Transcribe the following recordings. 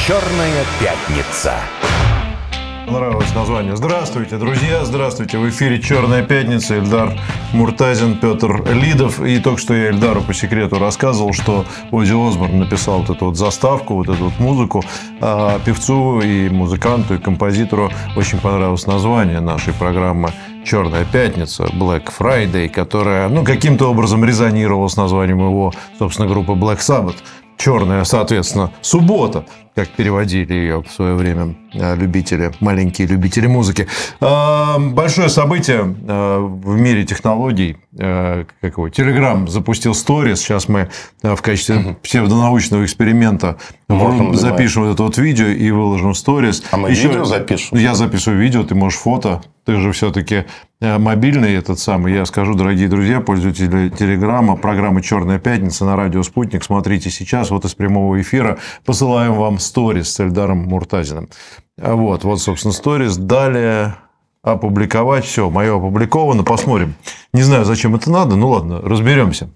«Черная пятница». Понравилось название. Здравствуйте, друзья, здравствуйте. В эфире «Черная пятница». Эльдар Муртазин, Петр Лидов. И только что я Эльдару по секрету рассказывал, что Оззи Осборн написал вот эту вот заставку, вот эту вот музыку. А певцу и музыканту, и композитору очень понравилось название нашей программы «Черная пятница», Black Friday, которая, каким-то образом резонировала с названием его, собственно, группы Black Sabbath. Черная, соответственно, суббота, как переводили ее в свое время маленькие любители музыки. Большое событие в мире технологий. Telegram запустил сторис. Сейчас мы в качестве псевдонаучного эксперимента запишем вот это вот видео и выложим в сторис. А мы видео запишем? Я записываю видео, ты можешь фото. Ты же все-таки мобильный этот самый. Я скажу, дорогие друзья, пользователи Телеграма, программы «Черная пятница» на радио «Спутник». Смотрите сейчас, вот из прямого эфира посылаем вам сторис с Эльдаром Муртазиным. Вот, собственно, сторис. Далее опубликовать. Все, мое опубликовано. Посмотрим. Не знаю, зачем это надо. Ну, ладно, разберемся.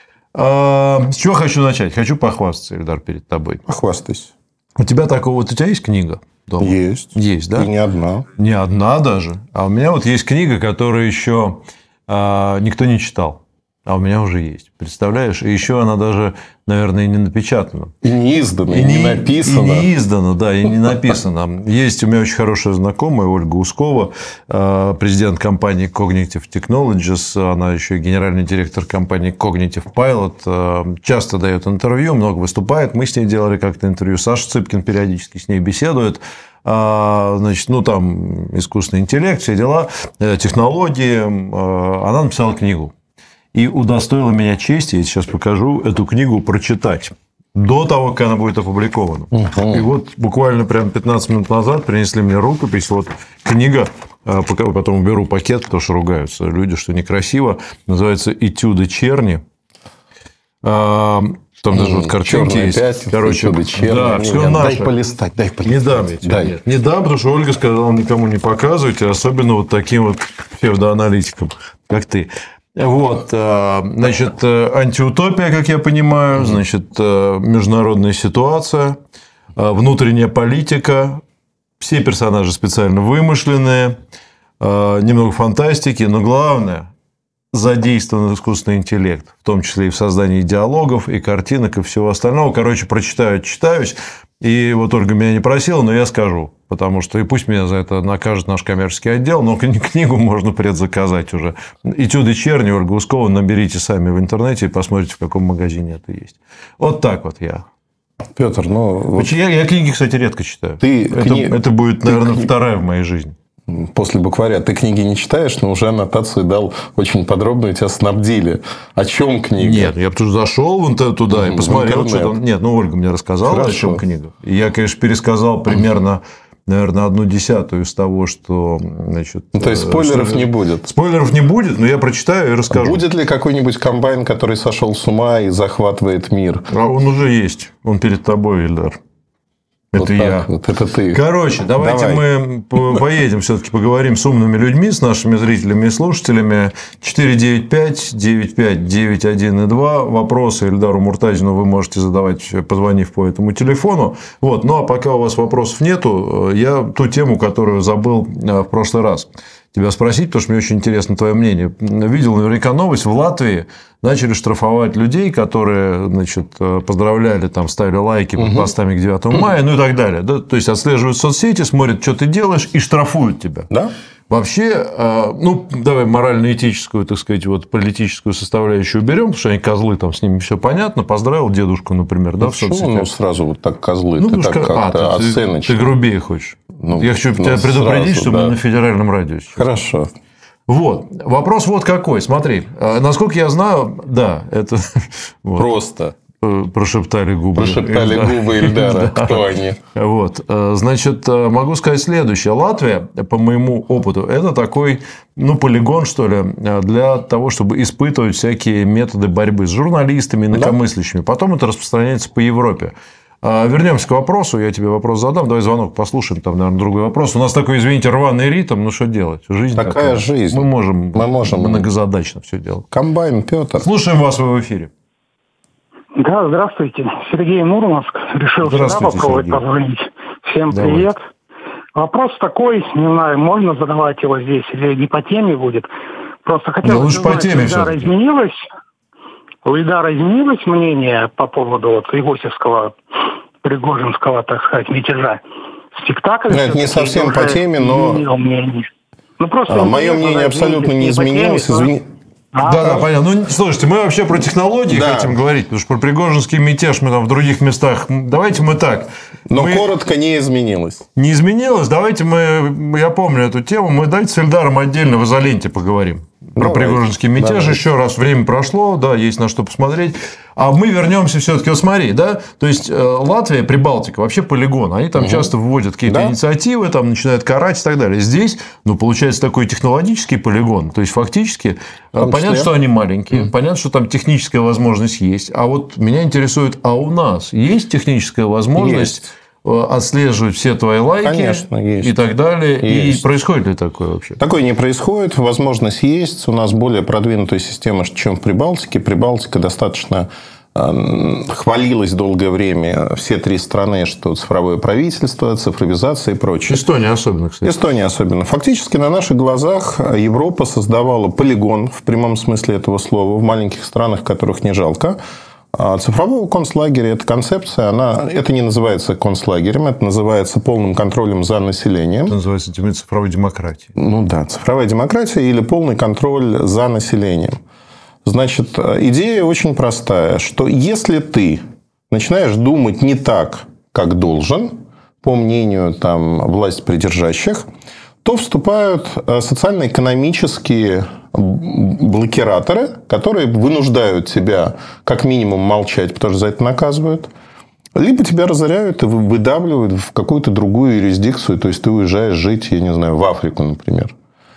С чего хочу начать? Хочу похвастаться, Эльдар, перед тобой. Похвастайся. У тебя у тебя есть книга дома? Есть. Есть, да? И не одна. Не одна даже. А у меня вот есть книга, которую еще никто не читал. А у меня уже есть. Представляешь? И еще она даже, наверное, и не напечатана. И не издана, и не написана. И не издана, да, и не написана. Есть у меня очень хорошая знакомая, Ольга Ускова, президент компании Cognitive Technologies. Она еще и генеральный директор компании Cognitive Pilot. Часто дает интервью, много выступает. Мы с ней делали как-то интервью. Саша Цыпкин периодически с ней беседует. Значит, там искусственный интеллект, все дела, технологии. Она написала книгу. И удостоила меня чести, я сейчас покажу, эту книгу прочитать до того, как она будет опубликована. И вот буквально прям 15 минут назад принесли мне рукопись. Вот книга, потом уберу пакет, потому что ругаются люди, что некрасиво. Называется «Этюды Черни». Там даже вот картинки есть. Этюды Черни. Да, все наше. Дай полистать. Не дам я тебе. Нет. Не дам, потому что Ольга сказала, никому не показывайте, особенно вот таким вот псевдоаналитикам, как ты. Вот, значит, антиутопия, как я понимаю, значит, международная ситуация, внутренняя политика, все персонажи специально вымышленные, немного фантастики, но главное – задействован искусственный интеллект, в том числе и в создании диалогов, и картинок, и всего остального. Короче, прочитаю, читаюсь. И вот Ольга меня не просила, но я скажу. Потому что, и пусть меня за это накажет наш коммерческий отдел, но книгу можно предзаказать уже. «Этюды Черни», Ольга Ускова, наберите сами в интернете и посмотрите, в каком магазине это есть. Вот так вот я. Петр, Я книги, кстати, редко читаю. Это будет, наверное, вторая в моей жизни. После букваря. Ты книги не читаешь, но уже аннотацию дал очень подробную, тебя снабдили. О чем книга? Нет, я тоже зашел туда и посмотрел, что там. Нет, Ольга мне рассказала, о чем книга. И я, конечно, пересказал примерно, наверное, 1/10 из того, что, значит... То есть спойлеров не будет? Спойлеров не будет, но я прочитаю и расскажу. Будет ли какой-нибудь комбайн, который сошел с ума и захватывает мир? А он уже есть. Он перед тобой, Эльдар. Это я. Вот это ты. Короче, давайте мы поедем, все-таки поговорим с умными людьми, с нашими зрителями и слушателями. 495-95-91 и 2. Вопросы Эльдару Муртазину вы можете задавать, позвонив по этому телефону. Вот. Ну, а пока у вас вопросов нету, я ту тему, которую забыл в прошлый раз тебя спросить, потому что мне очень интересно твое мнение. Видел наверняка новость. В Латвии начали штрафовать людей, которые, значит, поздравляли, там, ставили лайки под постами к 9 мая, ну и так далее. Да? То есть, отслеживают соцсети, смотрят, что ты делаешь, и штрафуют тебя. Да? Вообще, давай морально-этическую, так сказать, политическую составляющую уберем, потому что они козлы, там с ними все понятно. Поздравил дедушку, например, да, в соцсетях. Сразу вот так козлы? Ты так как-то оценочно. Ты грубее хочешь. Я хочу тебя предупредить, что мы на федеральном радио сейчас. Хорошо. Вот. Вопрос вот какой. Смотри. Насколько я знаю, да, это... Просто. Прошептали губы. Прошептали губы Эльдара. Кто они? Вот. Значит, могу сказать следующее. Латвия, по моему опыту, это такой, полигон, что ли, для того, чтобы испытывать всякие методы борьбы с журналистами, инакомыслящими. Потом это распространяется по Европе. Вернемся к вопросу. Я тебе вопрос задам. Давай звонок послушаем. Там, наверное, другой вопрос. У нас такой, извините, рваный ритм. Ну, что делать? Жизнь такая. Жизнь. Мы можем многозадачно все делать. Комбайн, Петр. Слушаем вас, вы в эфире. Да, здравствуйте. Сергей, Мурманск. Решил сюда попробовать позвонить. Всем привет. Вопрос такой, не знаю, можно задавать его здесь или не по теме будет. Просто хотел лучше по теме все-таки. У Ильдара изменилось мнение по поводу вот Игосевского, Пригожинского, так сказать, мятежа. Спектакль. Это не совсем по теме, но... Мое мнение абсолютно не изменилось. Да, понятно. Ну, слушайте, мы вообще про технологии хотим говорить, потому что про Пригожинский мятеж мы там в других местах. Давайте мы так. Но коротко не изменилось. Не изменилось? Давайте я помню эту тему, давайте с Ильдаром отдельно в изоленте поговорим. Про Пригожинский мятеж еще раз. Время прошло, да, есть на что посмотреть. А мы вернемся все-таки, вот смотри, да, то есть Латвия, Прибалтика, вообще полигон, они там часто вводят какие-то инициативы, там начинают карать и так далее. Здесь, получается такой технологический полигон, то есть фактически понятно, что они маленькие, понятно, что там техническая возможность есть. А вот меня интересует, а у нас есть техническая возможность отслеживать все твои лайки? Конечно, есть. И так далее. Есть. И происходит ли такое вообще? Такое не происходит. Возможность есть. У нас более продвинутая система, чем в Прибалтике. Прибалтика достаточно хвалилась долгое время, все три страны, что цифровое правительство, цифровизация и прочее. Эстония особенно, кстати. Эстония особенно. Фактически на наших глазах Европа создавала полигон, в прямом смысле этого слова, в маленьких странах, которых не жалко. Цифрового концлагеря – это концепция, это не называется концлагерем, это называется полным контролем за населением. Это называется цифровой демократией. Ну да, цифровая демократия или полный контроль за населением. Значит, идея очень простая, что если ты начинаешь думать не так, как должен, по мнению власть придержащих, то вступают социально-экономические блокираторы, которые вынуждают тебя как минимум молчать, потому что за это наказывают, либо тебя разоряют и выдавливают в какую-то другую юрисдикцию, то есть ты уезжаешь жить, я не знаю, в Африку, например.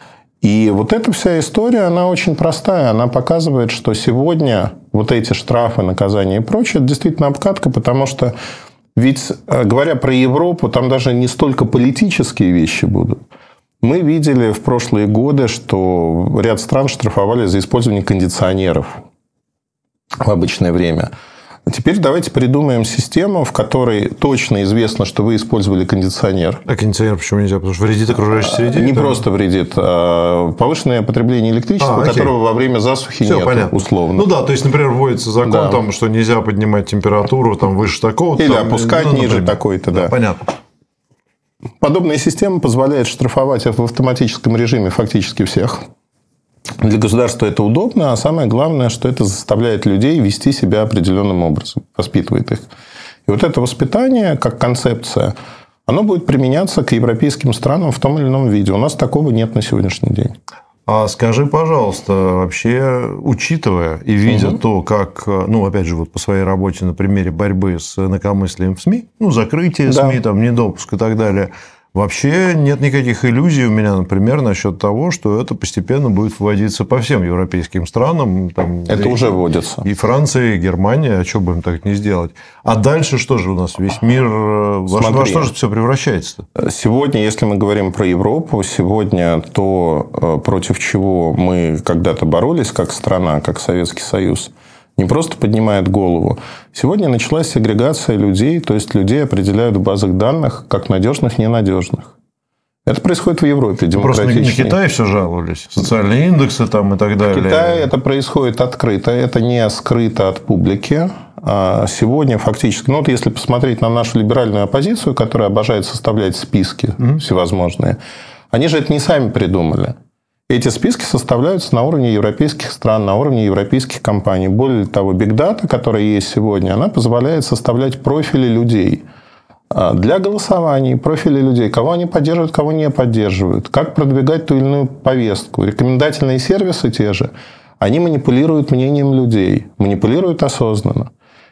И вот эта вся история, она очень простая. Она показывает, что сегодня вот эти штрафы, наказания и прочее, это действительно обкатка, потому что ведь, говоря про Европу, там даже не столько политические вещи будут. Мы видели в прошлые годы, что ряд стран штрафовали за использование кондиционеров в обычное время. Теперь давайте придумаем систему, в которой точно известно, что вы использовали кондиционер. А кондиционер почему нельзя? Потому что вредит окружающей среде? Не просто вредит, а повышенное потребление электричества, которого во время засухи нет, условно. Ну да, то есть, например, вводится закон, что нельзя поднимать температуру выше такого-то. Или опускать ниже такой-то, да. Понятно. Подобная система позволяет штрафовать в автоматическом режиме фактически всех. Для государства это удобно, а самое главное, что это заставляет людей вести себя определенным образом, воспитывает их. И вот это воспитание, как концепция, оно будет применяться к европейским странам в том или ином виде. У нас такого нет на сегодняшний день. А скажи, пожалуйста, вообще, учитывая и видя то, как, опять же, по своей работе на примере борьбы с инакомыслием в СМИ, закрытие СМИ, недопуск и так далее, вообще нет никаких иллюзий у меня, например, насчет того, что это постепенно будет вводиться по всем европейским странам. Это уже вводится. И Франция, и Германия, а что бы им так не сделать? А дальше что же у нас? Весь мир, во что же все превращается? Сегодня, если мы говорим про Европу, сегодня то, против чего мы когда-то боролись как страна, как Советский Союз, не просто поднимает голову. Сегодня началась сегрегация людей, то есть людей определяют в базах данных как надежных, ненадежных. Это происходит в Европе. Просто на Китай все жаловались. Социальные индексы и так далее. В Китае это происходит открыто, это не скрыто от публики. А сегодня фактически, если посмотреть на нашу либеральную оппозицию, которая обожает составлять списки всевозможные, они же это не сами придумали. Эти списки составляются на уровне европейских стран, на уровне европейских компаний. Более того, Big Data, которая есть сегодня, она позволяет составлять профили людей для голосований, профили людей, кого они поддерживают, кого не поддерживают, как продвигать ту или иную повестку. Рекомендательные сервисы те же, они манипулируют мнением людей, манипулируют осознанно.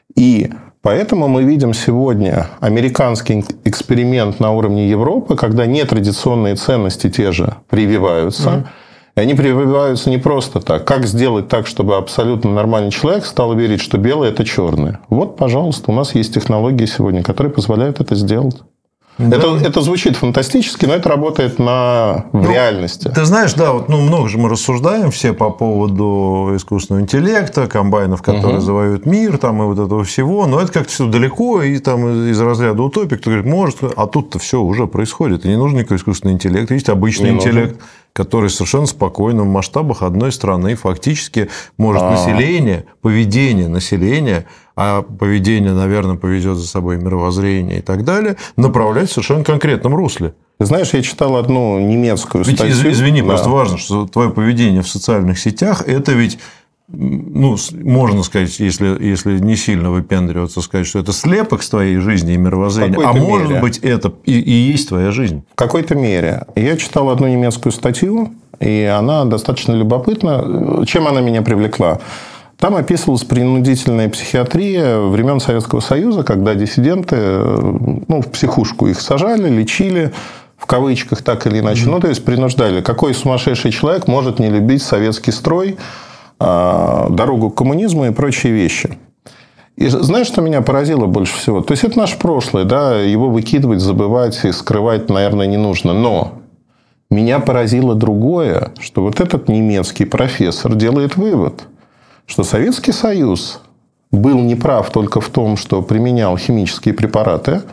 И поэтому мы видим сегодня американский эксперимент на уровне Европы, когда нетрадиционные ценности те же прививаются. И они прививаются не просто так. Как сделать так, чтобы абсолютно нормальный человек стал верить, что белое – это черное? Вот, пожалуйста, у нас есть технологии сегодня, которые позволяют это сделать. Да. Это звучит фантастически, но это работает в реальности. Ты знаешь, да, вот, много же мы рассуждаем все по поводу искусственного интеллекта, комбайнов, которые завоюют мир, там, и вот этого всего, но это как-то все далеко, и там из разряда утопик, кто говорит, может, а тут-то все уже происходит, и не нужен никакой искусственный интеллект, есть обычный интеллект, который совершенно спокойно в масштабах одной страны фактически может поведение населения, а поведение, наверное, поведет за собой мировоззрение и так далее, направлять в совершенно конкретном русле. Ты знаешь, я читал одну немецкую статью. Извини, просто важно, что твое поведение в социальных сетях – это ведь, можно сказать, если не сильно выпендриваться, сказать, что это слепок с твоей жизни и мировоззрения, а может быть, это и есть твоя жизнь. В какой-то мере. Я читал одну немецкую статью, и она достаточно любопытна. Чем она меня привлекла? Там описывалась принудительная психиатрия времен Советского Союза, когда диссиденты в психушку их сажали, лечили, в кавычках так или иначе. То есть, принуждали. Какой сумасшедший человек может не любить советский строй, дорогу к коммунизму и прочие вещи. И знаешь, что меня поразило больше всего? То есть, это наше прошлое, да, его выкидывать, забывать и скрывать, наверное, не нужно. Но меня поразило другое, что вот этот немецкий профессор делает вывод, что Советский Союз был неправ только в том, что применял химические препараты,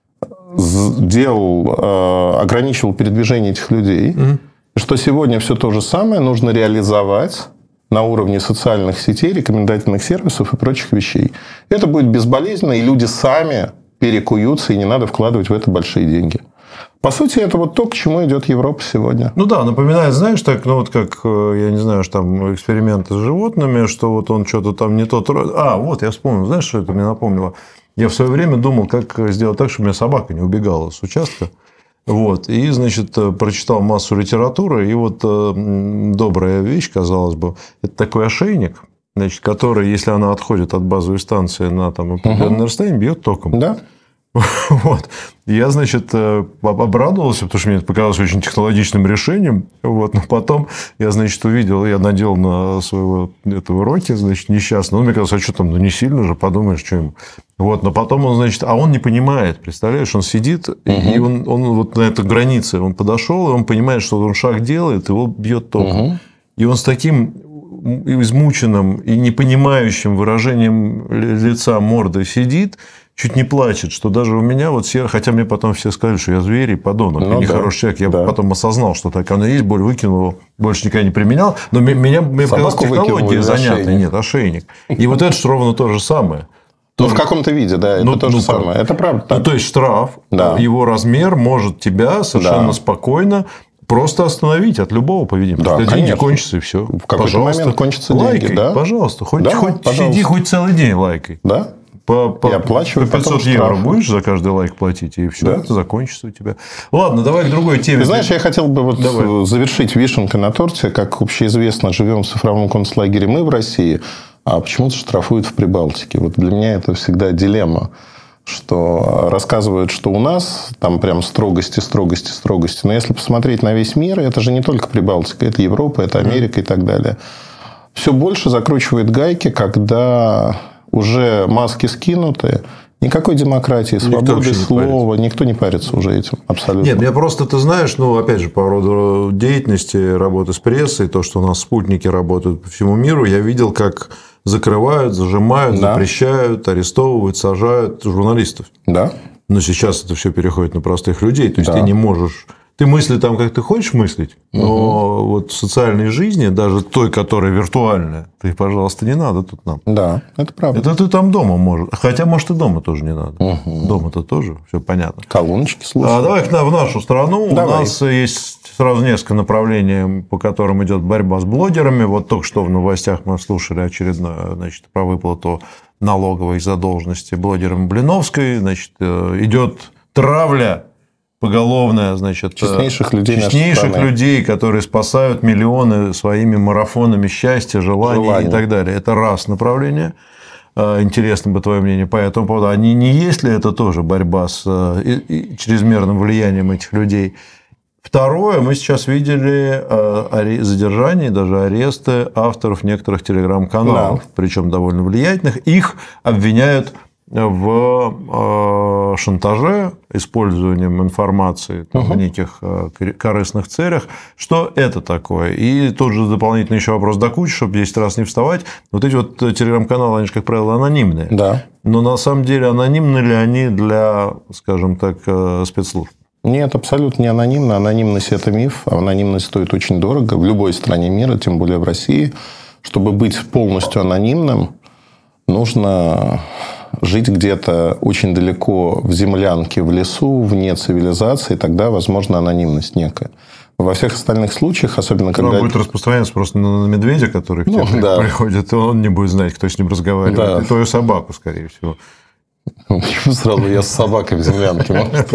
ограничивал передвижение этих людей, и что сегодня все то же самое нужно реализовать на уровне социальных сетей, рекомендательных сервисов и прочих вещей. Это будет безболезненно, и люди сами перекуются, и не надо вкладывать в это большие деньги. По сути, это вот то, к чему идет Европа сегодня. Напоминает, знаешь, так, как, я не знаю, что там эксперименты с животными, что вот он что-то там не тот... я вспомнил, знаешь, что это мне напомнило? Я в свое время думал, как сделать так, чтобы у меня собака не убегала с участка. И, значит, прочитал массу литературы, и вот добрая вещь, казалось бы, это такой ошейник, значит, который, если она отходит от базовой станции на определенное расстояние, бьет током. Да. Я, значит, обрадовался, потому что мне это показалось очень технологичным решением. Но потом я, значит, увидел, я надел на своего этого Рокки, значит, несчастного. Мне казалось, а что там, не сильно же, подумаешь, что ему. Но потом он, значит, он не понимает, представляешь, он сидит, и он вот на этой границе, он подошел, и он понимает, что он шаг делает, его бьет током. И он с таким измученным и непонимающим выражением лица мордой сидит, чуть не плачет, что даже у меня хотя мне потом все сказали, что я зверь и подонок, я нехороший человек. Я потом осознал, что так оно есть, боль выкинул, больше никогда не применял. Но мне показалось, технология занятная. Нет, ошейник. И вот это ровно то же самое. В каком-то виде, да, это то же самое. Это правда. То есть, штраф, его размер может тебя совершенно спокойно просто остановить от любого поведения. Потому что деньги кончатся, и все. В какой-то момент кончатся деньги. Да? Пожалуйста. Сиди хоть целый день лайкай. Да. Я оплачиваю по 500 евро будешь за каждый лайк платить, и все, это закончится у тебя. Ладно, давай к другой теме. Ты знаешь, я хотел бы завершить вишенкой на торте. Как общеизвестно, живем в цифровом концлагере мы в России, а почему-то штрафуют в Прибалтике. Для меня это всегда дилемма, что рассказывают, что у нас там прям строгости. Но если посмотреть на весь мир, это же не только Прибалтика, это Европа, это Америка и так далее. Все больше закручивает гайки, когда уже маски скинуты, никакой демократии, свободы слова, никто не парится уже этим абсолютно. Нет, я просто, ты знаешь, опять же, по роду деятельности, работы с прессой, то, что у нас спутники работают по всему миру, я видел, как закрывают, зажимают, запрещают, арестовывают, сажают журналистов. Да. Но сейчас это все переходит на простых людей, то есть ты не можешь... Ты мысли там, как ты хочешь мыслить, но вот в социальной жизни, даже той, которая виртуальная, ты, пожалуйста, не надо тут нам. Да, это правда. Это ты там дома можешь. Хотя, может, и дома тоже не надо. Дома-то тоже все понятно. Колоночки слушай. Давай в нашу страну. Давай. У нас есть сразу несколько направлений, по которым идет борьба с блогерами. Вот только что в новостях мы слушали очередное, значит, про выплату налоговой задолженности блогерам Блиновской. Значит, идет травля поголовная, значит, честнейших людей, которые спасают миллионы своими марафонами счастья, желаний и так далее. Это раз направление. Интересно бы твое мнение по этому поводу. А не есть ли это тоже борьба с чрезмерным влиянием этих людей? Второе, мы сейчас видели задержание, даже аресты авторов некоторых телеграм-каналов, причем довольно влиятельных. Их обвиняют в шантаже, использованием информации в неких корыстных целях. Что это такое? И тот же дополнительный еще вопрос до кучи, чтобы 10 раз не вставать. Вот эти вот телеграм-каналы, они же, как правило, анонимные. Да. Но на самом деле анонимны ли они для, скажем так, спецслужб? Нет, абсолютно не анонимно. Анонимность – это миф. Анонимность стоит очень дорого в любой стране мира, тем более в России. Чтобы быть полностью анонимным, нужно жить где-то очень далеко в землянке, в лесу, вне цивилизации, тогда возможна анонимность некая. Во всех остальных случаях, особенно когда... Он будет распространяться просто на медведя, который к тебе приходит, и он не будет знать, кто с ним разговаривает. Да. И твою собаку, скорее всего. Почему сразу я с собакой в землянке?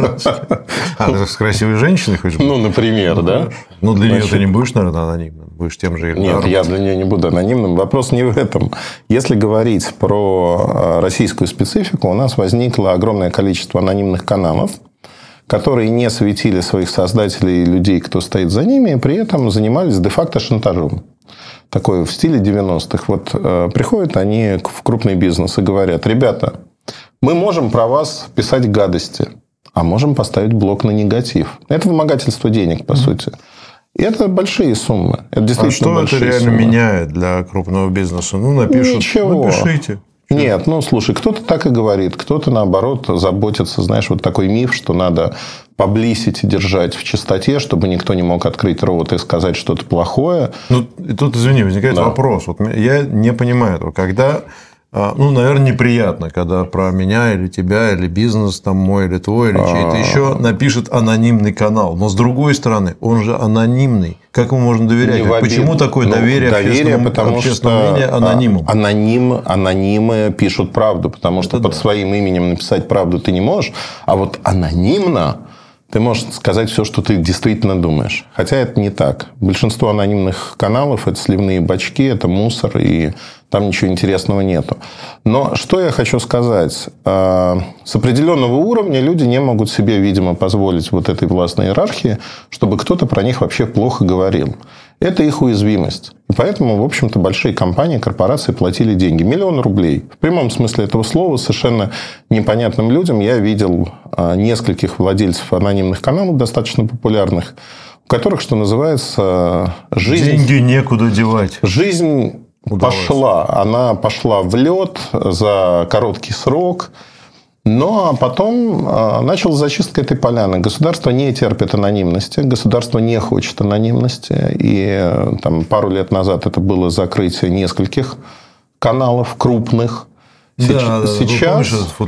А с красивой женщиной хочешь быть? Ну, например, да. Ну, для нее ты не будешь, наверное, анонимным. Будешь тем же Ильдаром. Нет, я для нее не буду анонимным. Вопрос не в этом. Если говорить про российскую специфику, у нас возникло огромное количество анонимных каналов, которые не светили своих создателей и людей, кто стоит за ними, и при этом занимались де-факто шантажом. Такое в стиле 90-х. Вот приходят они в крупный бизнес и говорят: ребята, мы можем про вас писать гадости, а можем поставить блок на негатив. Это вымогательство денег, по сути. И это большие суммы. Это действительно большие суммы. А что это реально меняет для крупного бизнеса? Ну, напишут, ничего. Напишите. Нет, ну, слушай, кто-то так и говорит, кто-то, наоборот, заботится. Знаешь, вот такой миф, что надо паблисити держать в чистоте, чтобы никто не мог открыть рот и сказать что-то плохое. Ну, и тут, извини, возникает вопрос. Вот я не понимаю этого. Когда... Ну, наверное, неприятно, когда про меня или тебя, или бизнес там мой, или твой, или чей-то еще напишет анонимный канал. Но, с другой стороны, он же анонимный. Как ему можно доверять? Почему такое доверие общественному мнению анониму? Анонимы пишут правду, потому что под своим именем написать правду ты не можешь. А вот анонимно ты можешь сказать все, что ты действительно думаешь. Хотя это не так. Большинство анонимных каналов – это сливные бачки, это мусор, и там ничего интересного нету. Но что я хочу сказать? С определенного уровня люди не могут себе, видимо, позволить вот этой властной иерархии, чтобы кто-то про них вообще плохо говорил. Это их уязвимость. И поэтому, в общем-то, большие компании, корпорации платили деньги. 1 000 000 рублей. В прямом смысле этого слова совершенно непонятным людям. Я видел нескольких владельцев анонимных каналов, достаточно популярных, у которых, что называется, жизнь... Деньги некуда девать. Жизнь пошла. Она пошла в лед за короткий срок. Ну, а потом началась зачистка этой поляны. Государство не терпит анонимности, государство не хочет анонимности. И там, пару лет назад это было закрытие нескольких каналов крупных. Сейчас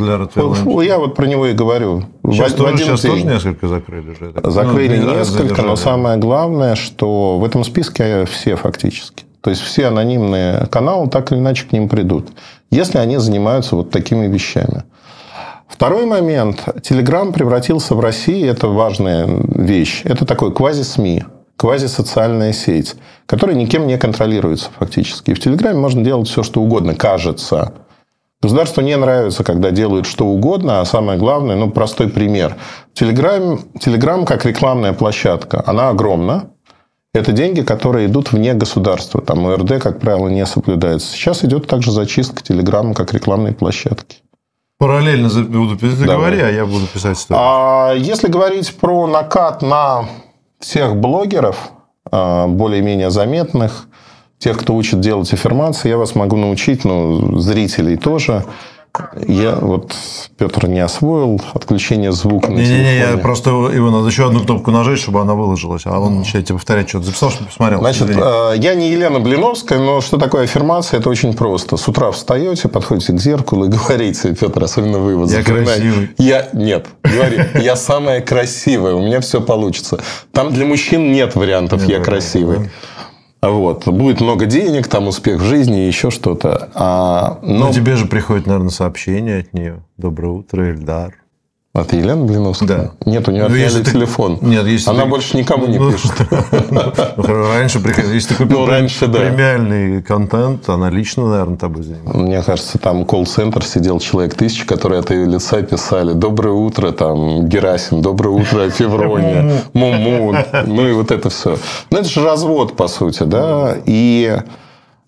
я вот про него и говорю. Сейчас тоже несколько закрыли уже. Закрыли несколько, но самое главное, что в этом списке все фактически. То есть все анонимные каналы так или иначе к ним придут, если они занимаются вот такими вещами. Второй момент. Телеграм превратился в России, это важная вещь, это такой квази-СМИ, квази-социальная сеть, которая никем не контролируется фактически. И в Телеграме можно делать все, что угодно, кажется. Государству не нравится, когда делают что угодно, а самое главное, ну, простой пример. Телеграм как рекламная площадка, она огромна. Это деньги, которые идут вне государства. Там ОРД, как правило, не соблюдается. Сейчас идет также зачистка Телеграма как рекламной площадки. Параллельно буду писать, а я буду писать историю. А если говорить про накат на всех блогеров, более-менее заметных, тех, кто учит делать аффирмации, я вас могу научить, но зрителей тоже. Я вот, Петр не освоил отключение звука на телефоне. Не, я просто его надо еще одну кнопку нажать, чтобы она выложилась. А он начинает повторять что-то. Записал, чтобы посмотрел. Значит, я не Елена Блиновская, но что такое аффирмация? Это очень просто. С утра встаете, подходите к зеркалу и говорите: Петр, особенно вы вот я красивый. Нет, говори, я самая красивая, у меня все получится. Там для мужчин нет вариантов «я красивый». Вот. Будет много денег, там успех в жизни и еще что-то. Но тебе же приходит, наверное, сообщение от нее. Доброе утро, Ильдар. От Елены Блиновской? Да. Нет, у нее отняли телефон. Нет, если она больше никому не пишет. Раньше приходил. Если ты купил премиальный контент, она лично, наверное, тобой занималась. Мне кажется, там колл-центр сидел человек 1000, которые от ее лица писали: доброе утро, там, Герасим, доброе утро, Феврония, Муму. Ну, и вот это все. Ну, это же развод, по сути, да. И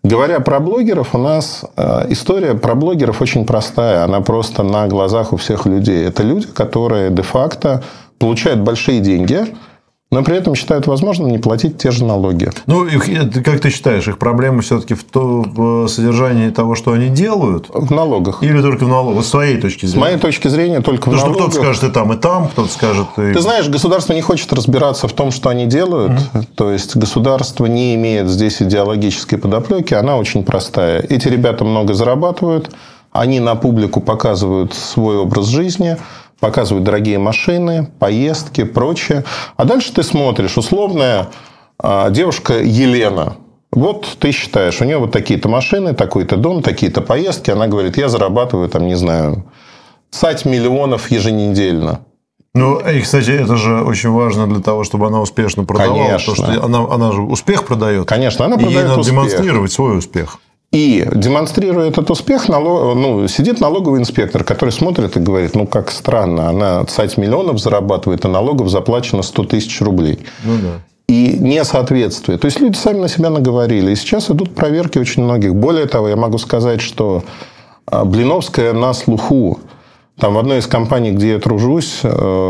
Говоря про блогеров, у нас история про блогеров очень простая. Она просто на глазах у всех людей. Это люди, которые де-факто получают большие деньги, но при этом считают возможным не платить те же налоги. Ну, как ты считаешь, их проблема все-таки в содержании того, что они делают? В налогах. Или только в налогах? С твоей точки зрения? С моей точки зрения, только в налогах. Потому что кто-то скажет и там, кто-то скажет... Ты знаешь, государство не хочет разбираться в том, что они делают. То есть, государство не имеет здесь идеологической подоплеки. Она очень простая. Эти ребята много зарабатывают. Они на публику показывают свой образ жизни, показывают дорогие машины, поездки, прочее. А дальше ты смотришь, условная девушка Елена. Вот ты считаешь, у нее вот такие-то машины, такой-то дом, такие-то поездки. Она говорит, я зарабатываю, там, не знаю, 100 миллионов еженедельно. Ну, и, кстати, это же очень важно для того, чтобы она успешно продавала. Конечно. Потому что она же успех продает. Конечно, она и продает ей надо успех. демонстрировать свой успех. И, демонстрируя этот успех, сидит налоговый инспектор, который смотрит и говорит, ну, как странно, она 100 миллионов зарабатывает, а налогов заплачено 100 тысяч рублей. Ну, да. И несоответствие. То есть, люди сами на себя наговорили. И сейчас идут проверки очень многих. Более того, я могу сказать, что Блиновская на слуху. Там в одной из компаний, где я тружусь,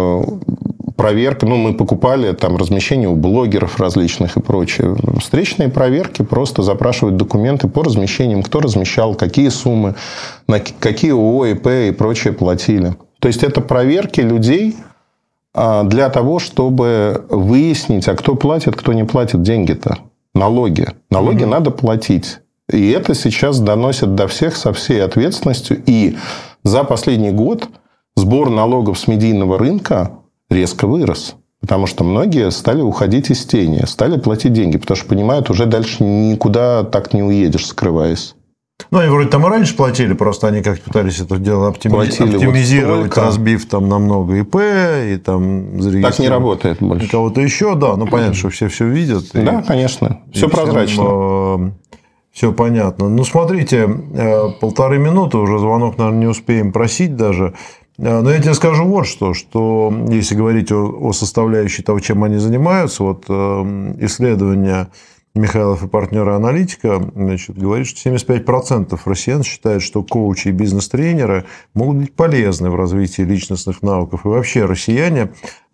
проверка, мы покупали там размещение у блогеров различных и прочее. Встречные проверки, просто запрашивают документы по размещениям, кто размещал, какие суммы, на какие ООО, ИП и прочее платили. То есть, это проверки людей для того, чтобы выяснить, а кто платит, кто не платит деньги-то. Налоги. Налоги надо платить. И это сейчас доносят до всех со всей ответственностью. И за последний год сбор налогов с медийного рынка резко вырос. Потому что многие стали уходить из тени, стали платить деньги. Потому что понимают, уже дальше никуда так не уедешь, скрываясь. Ну, они вроде там и раньше платили, просто они как-то пытались это дело оптимизировать, вот разбив там на много ИП и там зарегистрировать. Так не работает больше. Кого-то еще, да. Ну, понятно, что все видят. Да, конечно. Все прозрачно. Все понятно. Ну, смотрите, 1,5 минуты, уже звонок, наверное, не успеем просить даже. Но я тебе скажу вот что если говорить о составляющей того, чем они занимаются, вот исследования Михайлов и партнеры аналитика, говорит, что 75% россиян считают, что коучи и бизнес-тренеры могут быть полезны в развитии личностных навыков. И вообще россияне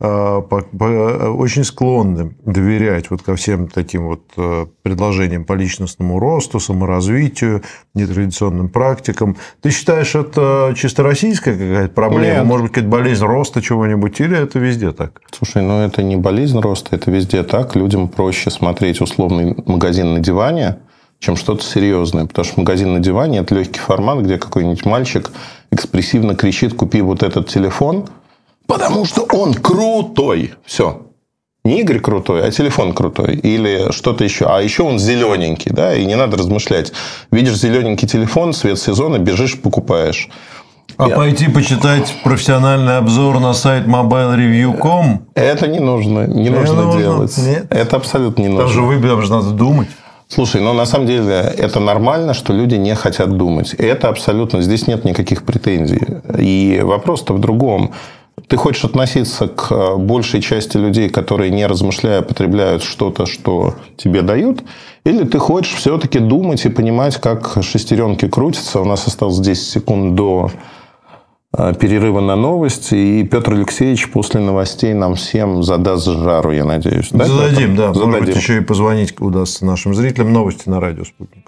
очень склонны доверять вот ко всем таким вот предложениям по личностному росту, саморазвитию, нетрадиционным практикам. Ты считаешь, это чисто российская какая-то проблема? Нет. Может быть, какая-то болезнь роста чего-нибудь? Или это везде так? Слушай, это не болезнь роста, это везде так. Людям проще смотреть условный магазин на диване, чем что-то серьезное. Потому что магазин на диване – это легкий формат, где какой-нибудь мальчик экспрессивно кричит: купи вот этот телефон, потому что он крутой. Все. Не Игорь крутой, а телефон крутой. Или что-то еще. А еще он зелененький. Да? И не надо размышлять. Видишь зелененький телефон, свет сезона, бежишь, покупаешь. Пойти почитать профессиональный обзор на сайт mobilereview.com? Это не нужно. Не нужно делать. Нет? Это абсолютно не нужно. Там же надо думать. Слушай, на самом деле это нормально, что люди не хотят думать. И это абсолютно... Здесь нет никаких претензий. И вопрос-то в другом. Ты хочешь относиться к большей части людей, которые, не размышляя, потребляют что-то, что тебе дают? Или ты хочешь все-таки думать и понимать, как шестеренки крутятся? У нас осталось 10 секунд до перерыва на новости. И Петр Алексеевич после новостей нам всем задаст жару, я надеюсь. Да, зададим, Петр? да. Может быть, еще и позвонить удастся нашим зрителям. Новости на радио «Спутник».